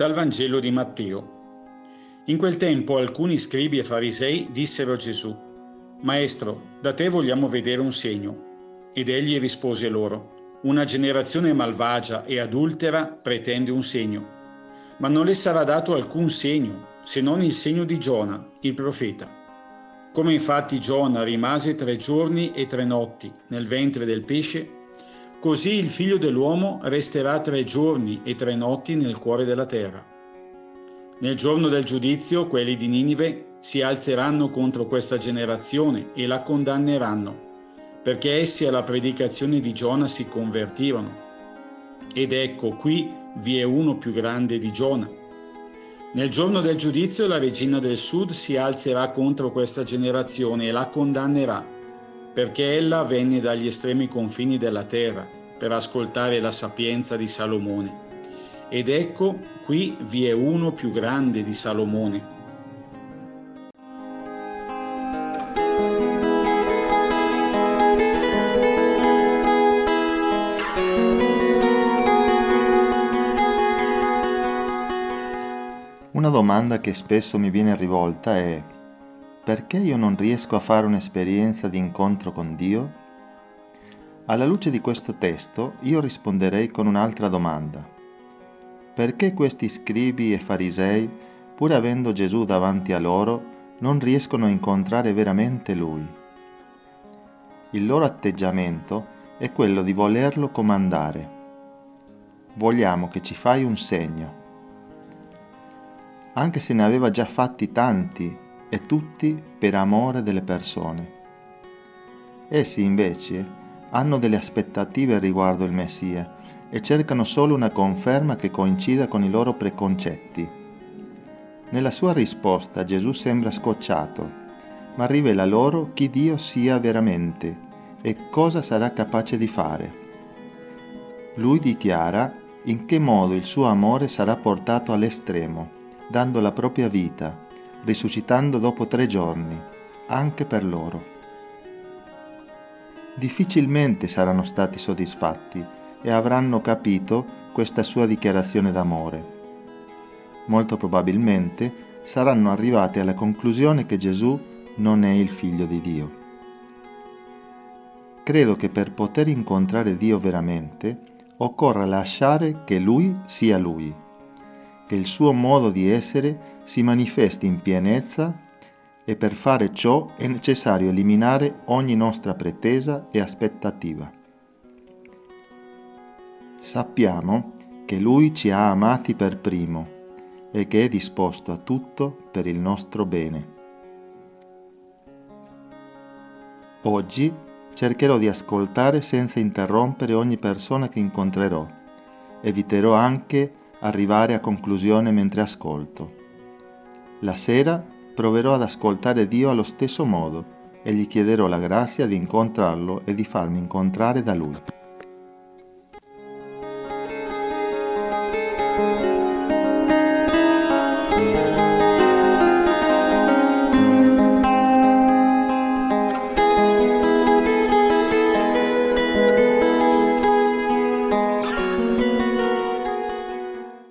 Dal Vangelo di Matteo. In quel tempo alcuni scribi e farisei dissero a Gesù: «Maestro, da te vogliamo vedere un segno». Ed egli rispose loro: «Una generazione malvagia e adultera pretende un segno, ma non le sarà dato alcun segno, se non il segno di Giona, il profeta. Come infatti Giona rimase 3 giorni e 3 notti nel ventre del pesce, così il Figlio dell'uomo resterà 3 giorni e 3 notti nel cuore della terra. Nel giorno del giudizio quelli di Ninive si alzeranno contro questa generazione e la condanneranno, perché essi alla predicazione di Giona si convertirono. Ed ecco, qui vi è uno più grande di Giona. Nel giorno del giudizio la regina del sud si alzerà contro questa generazione e la condannerà, perché ella venne dagli estremi confini della terra per ascoltare la sapienza di Salomone. Ed ecco, qui vi è uno più grande di Salomone. Una domanda che spesso mi viene rivolta è: perché io non riesco a fare un'esperienza di incontro con Dio? Alla luce di questo testo io risponderei con un'altra domanda. Perché questi scribi e farisei, pur avendo Gesù davanti a loro, non riescono a incontrare veramente Lui? Il loro atteggiamento è quello di volerlo comandare. Vogliamo che ci fai un segno. Anche se ne aveva già fatti tanti, e tutti per amore delle persone. Essi invece hanno delle aspettative riguardo il Messia e cercano solo una conferma che coincida con i loro preconcetti. Nella sua risposta Gesù sembra scocciato, ma rivela loro chi Dio sia veramente e cosa sarà capace di fare. Lui dichiara in che modo il suo amore sarà portato all'estremo, dando la propria vita, risuscitando dopo 3 giorni, anche per loro. Difficilmente saranno stati soddisfatti e avranno capito questa sua dichiarazione d'amore. Molto probabilmente saranno arrivati alla conclusione che Gesù non è il Figlio di Dio. Credo che per poter incontrare Dio veramente occorra lasciare che Lui sia Lui, che il suo modo di essere si manifesti in pienezza, e per fare ciò è necessario eliminare ogni nostra pretesa e aspettativa. Sappiamo che Lui ci ha amati per primo e che è disposto a tutto per il nostro bene. Oggi cercherò di ascoltare senza interrompere ogni persona che incontrerò. Eviterò anche arrivare a conclusione mentre ascolto. La sera proverò ad ascoltare Dio allo stesso modo e gli chiederò la grazia di incontrarlo e di farmi incontrare da Lui.